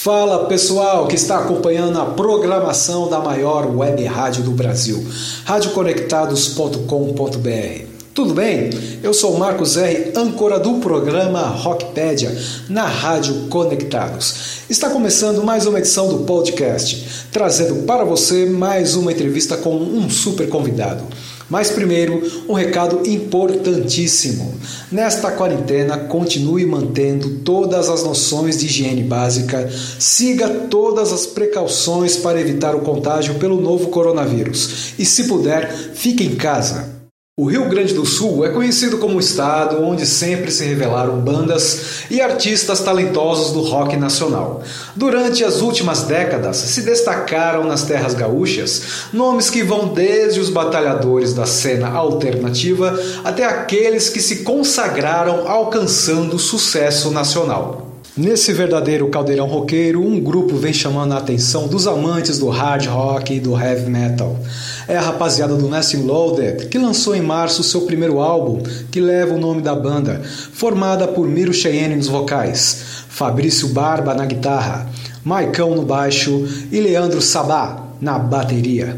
Fala pessoal que está acompanhando a programação da maior web rádio do Brasil, radioconectados.com.br. Tudo bem? Eu sou Marcos R., âncora do programa Rockpedia na Rádio Conectados. Está começando mais uma edição do podcast, trazendo para você mais uma entrevista com um super convidado. Mas primeiro, um recado importantíssimo. Nesta quarentena, continue mantendo todas as noções de higiene básica, siga todas as precauções para evitar o contágio pelo novo coronavírus e, se puder, fique em casa. O Rio Grande do Sul é conhecido como um estado onde sempre se revelaram bandas e artistas talentosos do rock nacional. Durante as últimas décadas, se destacaram nas terras gaúchas nomes que vão desde os batalhadores da cena alternativa até aqueles que se consagraram alcançando sucesso nacional. Nesse verdadeiro caldeirão roqueiro, um grupo vem chamando a atenção dos amantes do hard rock e do heavy metal. É a rapaziada do Nesting Loaded, que lançou em março seu primeiro álbum, que leva o nome da banda, formada por Miro Cheyenne nos vocais, Fabrício Barba na guitarra, Maicão no baixo e Leandro Sabá na bateria.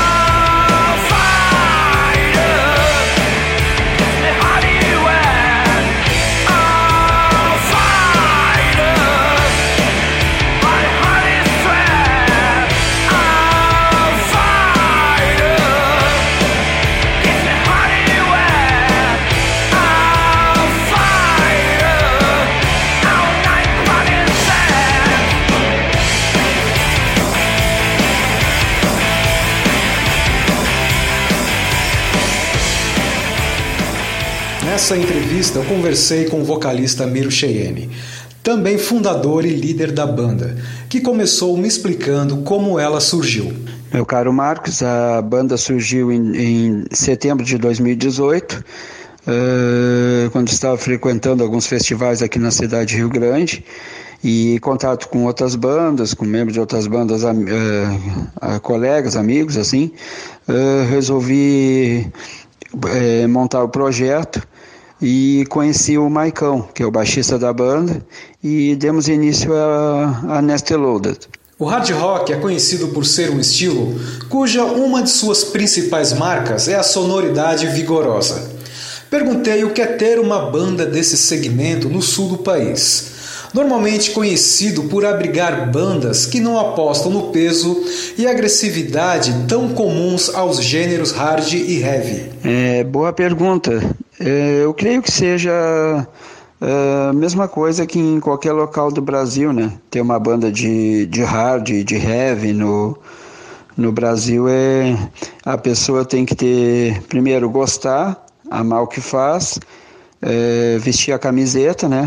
Nessa entrevista eu conversei com o vocalista Miro Cheyenne, também fundador e líder da banda, que começou me explicando como ela surgiu. Meu caro Marcos, a banda surgiu em setembro de 2018, quando estava frequentando alguns festivais aqui na cidade de Rio Grande, e contato com outras bandas, com membros de outras bandas, colegas, amigos, assim, resolvi montar o projeto. E conheci o Maicão, que é o baixista da banda, e demos início a Nesting Loaded. O hard rock é conhecido por ser um estilo cuja uma de suas principais marcas é a sonoridade vigorosa. Perguntei o que é ter uma banda desse segmento no sul do país. Normalmente conhecido por abrigar bandas que não apostam no peso e agressividade tão comuns aos gêneros hard e heavy. Boa pergunta. Eu creio que seja a mesma coisa que em qualquer local do Brasil, né? Ter uma banda de hard e de heavy no Brasil a pessoa tem que ter, primeiro, gostar, amar o que faz, vestir a camiseta, né?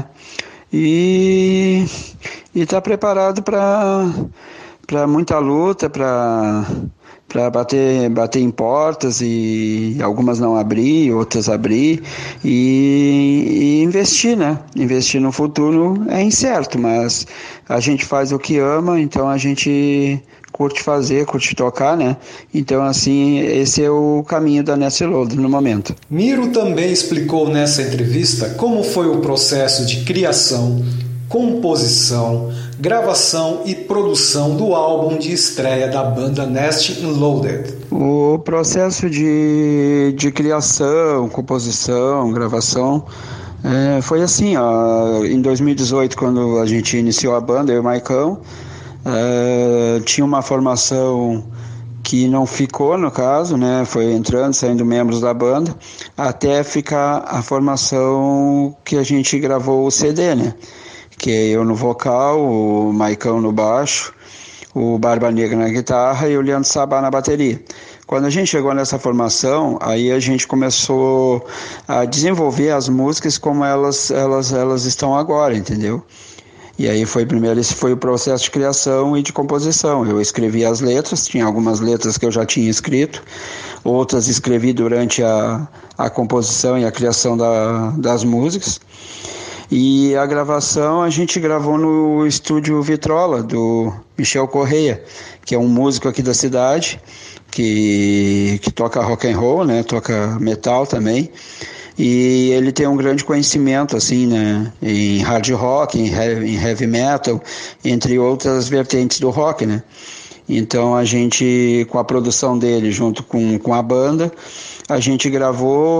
E tá preparado para muita luta, para bater em portas, e algumas não abrir, outras abrir, e investir, né? Investir no futuro é incerto, mas a gente faz o que ama, então a gente curte fazer, curte tocar, né? Então, assim, esse é o caminho da Nesting Loaded no momento. Miro também explicou nessa entrevista como foi o processo de criação, composição, gravação e produção do álbum de estreia da banda Nesting Loaded. O processo de criação, composição, gravação foi assim, ó, em 2018, quando a gente iniciou a banda, eu e o Maicão, tinha uma formação que não ficou, no caso, né? Foi entrando, saindo membros da banda, até ficar a formação que a gente gravou o CD, né? Que é eu no vocal, o Maicão no baixo, o Barba Negra na guitarra e o Leandro Sabá na bateria. Quando a gente chegou nessa formação, aí a gente começou a desenvolver as músicas como elas estão agora, entendeu? E aí esse foi o processo de criação e de composição. Eu escrevi as letras, tinha algumas letras que eu já tinha escrito, outras escrevi durante a composição e a criação das músicas. E a gravação a gente gravou no estúdio Vitrola, do Michel Correia, que é um músico aqui da cidade, que toca rock and roll, né? Toca metal também. e ele tem um grande conhecimento assim, né, em hard rock, em heavy metal, entre outras vertentes do rock, né. Então a gente, com a produção dele junto com a banda, a gente gravou,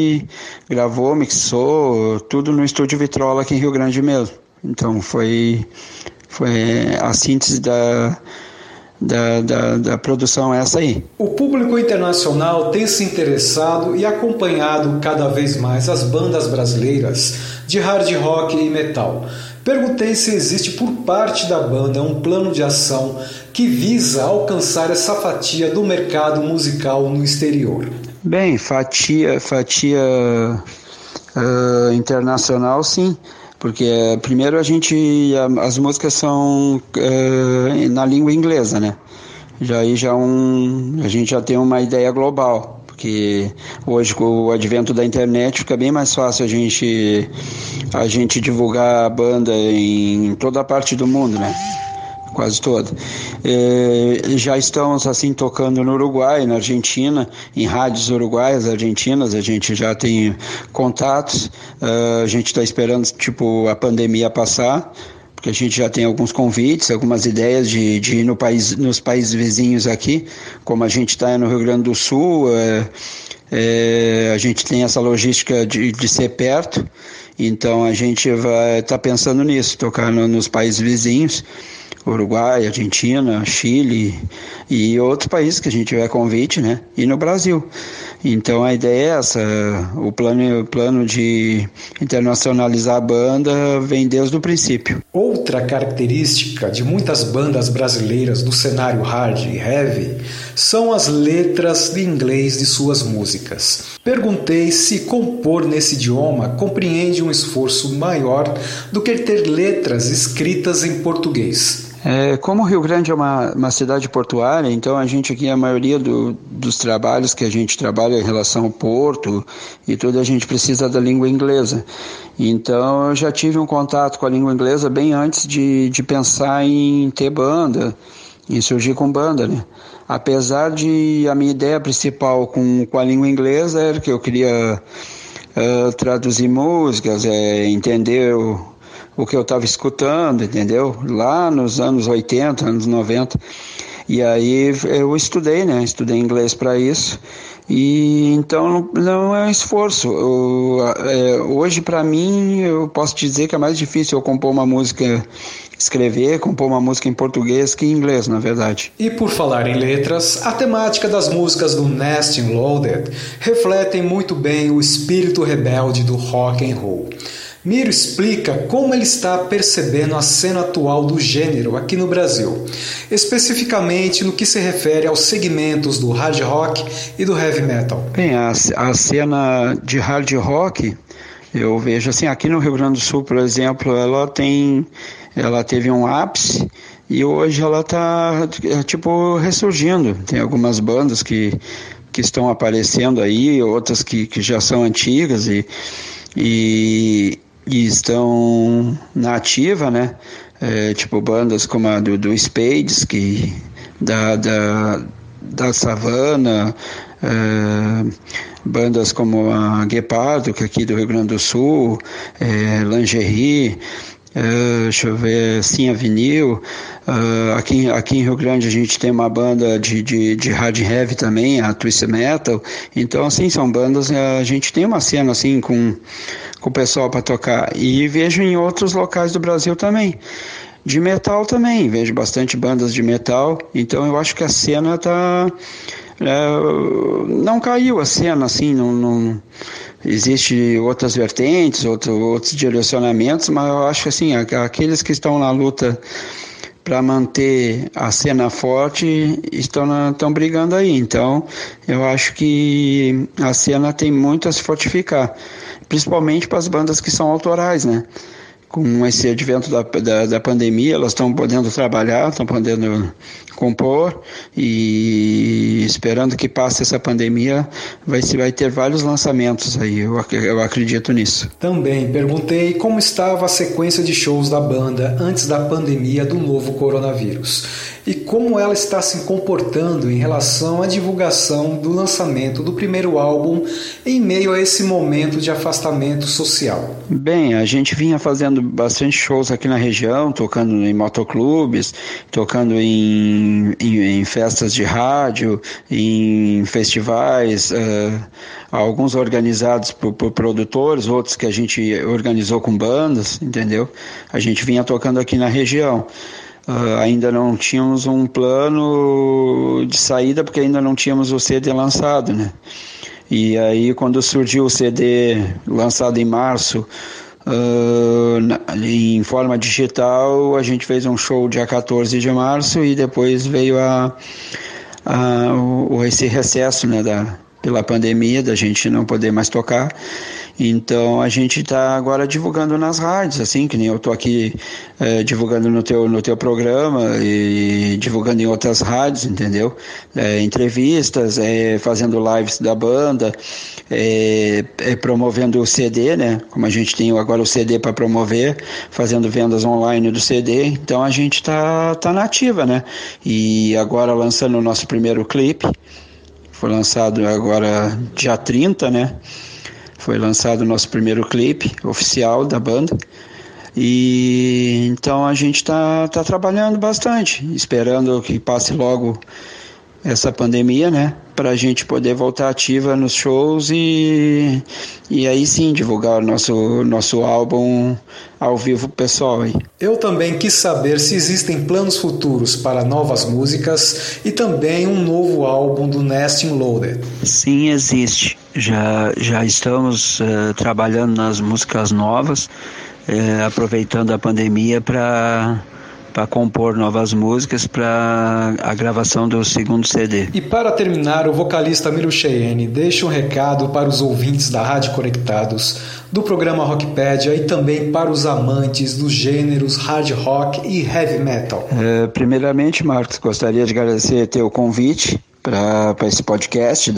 mixou, tudo no Estúdio Vitrola aqui em Rio Grande mesmo. Então foi a síntese da produção essa aí. O público internacional tem se interessado e acompanhado cada vez mais as bandas brasileiras de hard rock e metal. Perguntei se existe por parte da banda um plano de ação que visa alcançar essa fatia do mercado musical no exterior. Bem, fatia internacional, sim. Porque primeiro as músicas são na língua inglesa, né? A gente já tem uma ideia global, porque hoje com o advento da internet fica bem mais fácil a gente divulgar a banda em toda a parte do mundo, né? Quase toda. Já estamos assim tocando no Uruguai, na Argentina, em rádios uruguaias, argentinas, a gente já tem contatos, a gente está esperando a pandemia passar, porque a gente já tem alguns convites, algumas ideias de ir nos países vizinhos aqui, como a gente está no Rio Grande do Sul, a gente tem essa logística de ser perto, então a gente vai estar pensando nisso, tocar nos países vizinhos, Uruguai, Argentina, Chile e outros países que a gente tiver convite, né? E no Brasil. Então a ideia é essa, o plano de internacionalizar a banda vem desde o princípio. Outra característica de muitas bandas brasileiras do cenário hard e heavy são as letras de inglês de suas músicas. Perguntei se compor nesse idioma compreende um esforço maior do que ter letras escritas em português. Como o Rio Grande é uma cidade portuária, então a gente aqui, a maioria dos trabalhos que a gente trabalha em relação ao porto e tudo, a gente precisa da língua inglesa. Então eu já tive um contato com a língua inglesa bem antes de pensar em ter banda, em surgir com banda, né? Apesar de a minha ideia principal com a língua inglesa era que eu queria traduzir músicas, entender o que eu estava escutando, entendeu? Lá nos anos 80, anos 90. E aí eu estudei, né? Estudei inglês para isso. E então não é um esforço. Hoje, para mim, eu posso dizer que é mais difícil eu compor uma música, compor uma música em português que em inglês, na verdade. E por falar em letras, a temática das músicas do Nasty and Loaded refletem muito bem o espírito rebelde do rock and roll. Miro explica como ele está percebendo a cena atual do gênero aqui no Brasil, especificamente no que se refere aos segmentos do hard rock e do heavy metal. Bem, a cena de hard rock, eu vejo assim, aqui no Rio Grande do Sul, por exemplo, ela teve um ápice e hoje ela está ressurgindo. Tem algumas bandas que estão aparecendo aí, outras que já são antigas e estão na ativa, né? Bandas como a do Spades, da Savana, bandas como a Guepardo, que é aqui do Rio Grande do Sul, Lingerie, deixa eu ver, Sim Avenil. Aqui em Rio Grande a gente tem uma banda de hard heavy também, a Twisted Metal. Então, assim, são bandas, a gente tem uma cena assim com o pessoal para tocar. E vejo em outros locais do Brasil também. De metal também, vejo bastante bandas de metal. Então eu acho que a cena não caiu a cena, assim, não existe outras vertentes, outros direcionamentos, mas eu acho que assim, aqueles que estão na luta para manter a cena forte estão brigando aí. Então eu acho que a cena tem muito a se fortificar, principalmente para as bandas que são autorais, né? Com esse advento da pandemia, elas estão podendo trabalhar, estão podendo compor, e esperando que passe essa pandemia, vai ter vários lançamentos aí, eu acredito nisso. Também perguntei como estava a sequência de shows da banda antes da pandemia do novo coronavírus. e como ela está se comportando em relação à divulgação do lançamento do primeiro álbum em meio a esse momento de afastamento social. Bem, a gente vinha fazendo bastante shows aqui na região, tocando em motoclubes, tocando em festas de rádio, em festivais, alguns organizados por produtores, outros que a gente organizou com bandas, entendeu? A gente vinha tocando aqui na região. Ainda não tínhamos um plano de saída, porque ainda não tínhamos o CD lançado, né? E aí, quando surgiu o CD lançado em março, em forma digital, a gente fez um show dia 14 de março e depois veio esse recesso, né, pela pandemia, da gente não poder mais tocar. Então a gente está agora divulgando nas rádios, assim, que nem eu estou aqui divulgando no teu programa e divulgando em outras rádios, entendeu? Entrevistas, fazendo lives da banda, promovendo o CD, né? Como a gente tem agora o CD para promover, fazendo vendas online do CD, então a gente está na ativa, né? E agora lançando o nosso primeiro clipe, foi lançado agora dia 30, né? Foi lançado o nosso primeiro clipe oficial da banda. E então a gente está trabalhando bastante, esperando que passe logo essa pandemia, né? Para a gente poder voltar ativa nos shows e aí sim divulgar o nosso álbum ao vivo pro pessoal aí. Eu também quis saber se existem planos futuros para novas músicas e também um novo álbum do Nesting Loaded. Sim, existe. Já estamos trabalhando nas músicas novas, aproveitando a pandemia para compor novas músicas para a gravação do segundo CD. E para terminar, o vocalista Miro Cheyenne deixa um recado para os ouvintes da Rádio Conectados, do programa Rockpedia e também para os amantes dos gêneros hard rock e heavy metal. Primeiramente, Marcos, gostaria de agradecer teu convite para esse podcast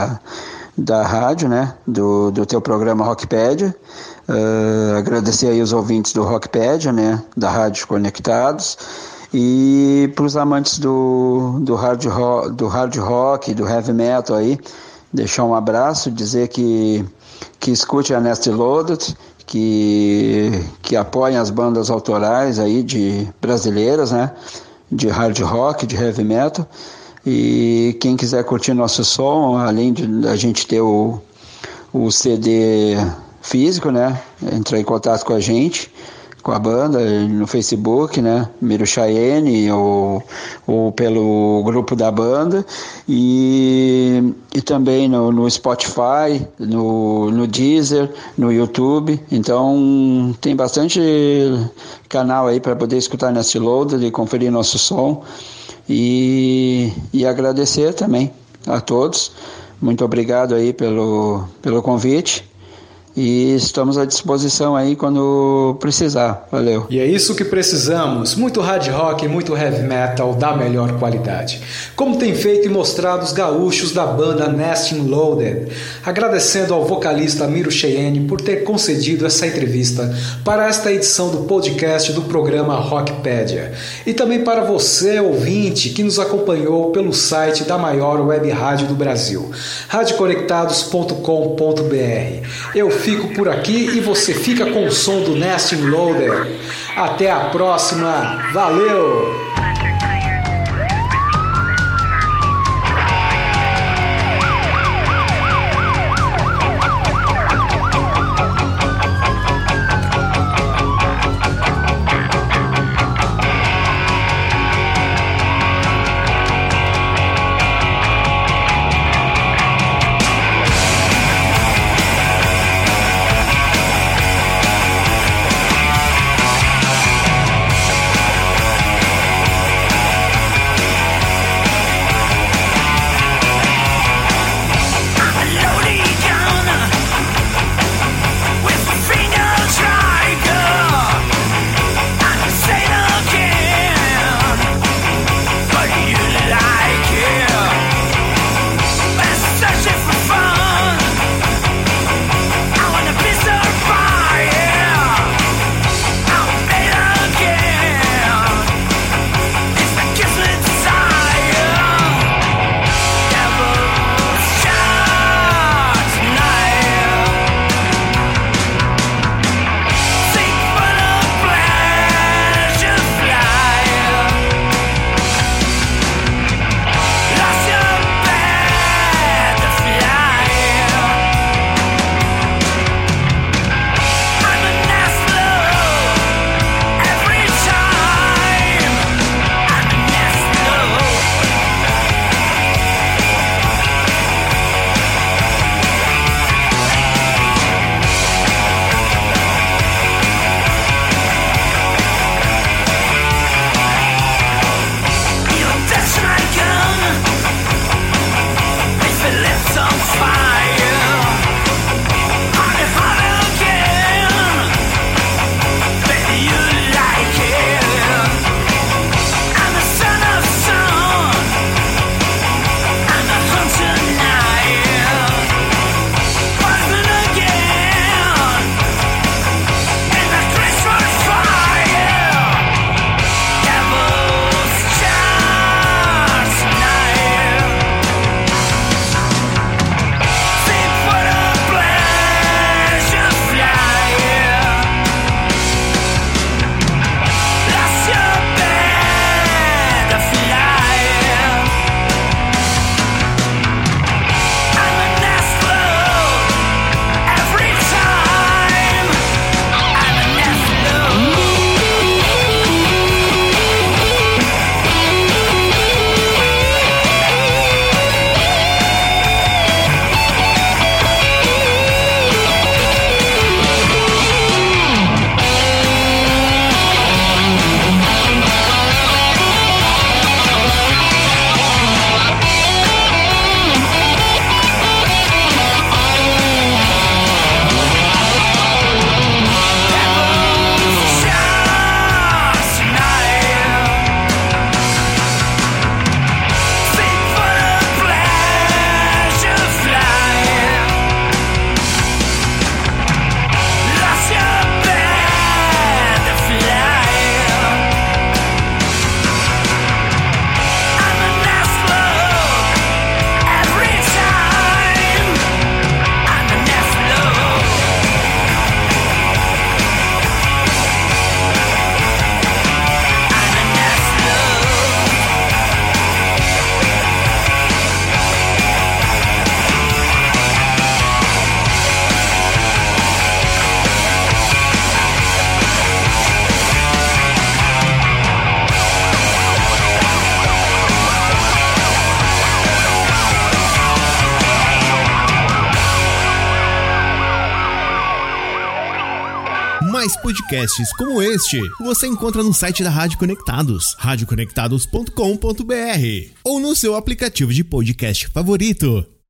da rádio, né, do teu programa Rockpedia. Agradecer aí os ouvintes do Rockpedia, né, da Rádio Conectados, e para os amantes do hard rock, do heavy metal aí, deixar um abraço, dizer que escute a Nesting Loaded, que apoiem as bandas autorais aí brasileiras, né, de hard rock, de heavy metal. E quem quiser curtir nosso som, além de a gente ter o CD físico, né, entrar em contato com a gente, com a banda, no Facebook, né, Miro Cheyenne, ou pelo grupo da banda, e também no Spotify, no Deezer, no YouTube. Então tem bastante canal aí para poder escutar Nesting Loaded e conferir nosso som. E agradecer também a todos. Muito obrigado aí pelo convite. E estamos à disposição aí quando precisar. Valeu. E é isso que precisamos. Muito hard rock, muito heavy metal da melhor qualidade. Como tem feito e mostrado os gaúchos da banda Nesting Loaded. Agradecendo ao vocalista Miro Cheyenne por ter concedido essa entrevista para esta edição do podcast do programa Rockpedia. E também para você, ouvinte, que nos acompanhou pelo site da maior web rádio do Brasil, radioconectados.com.br. Eu fico por aqui e você fica com o som do Nesting Loaded. Até a próxima. Valeu! Mais podcasts como este você encontra no site da Rádio Conectados, radioconectados.com.br ou no seu aplicativo de podcast favorito.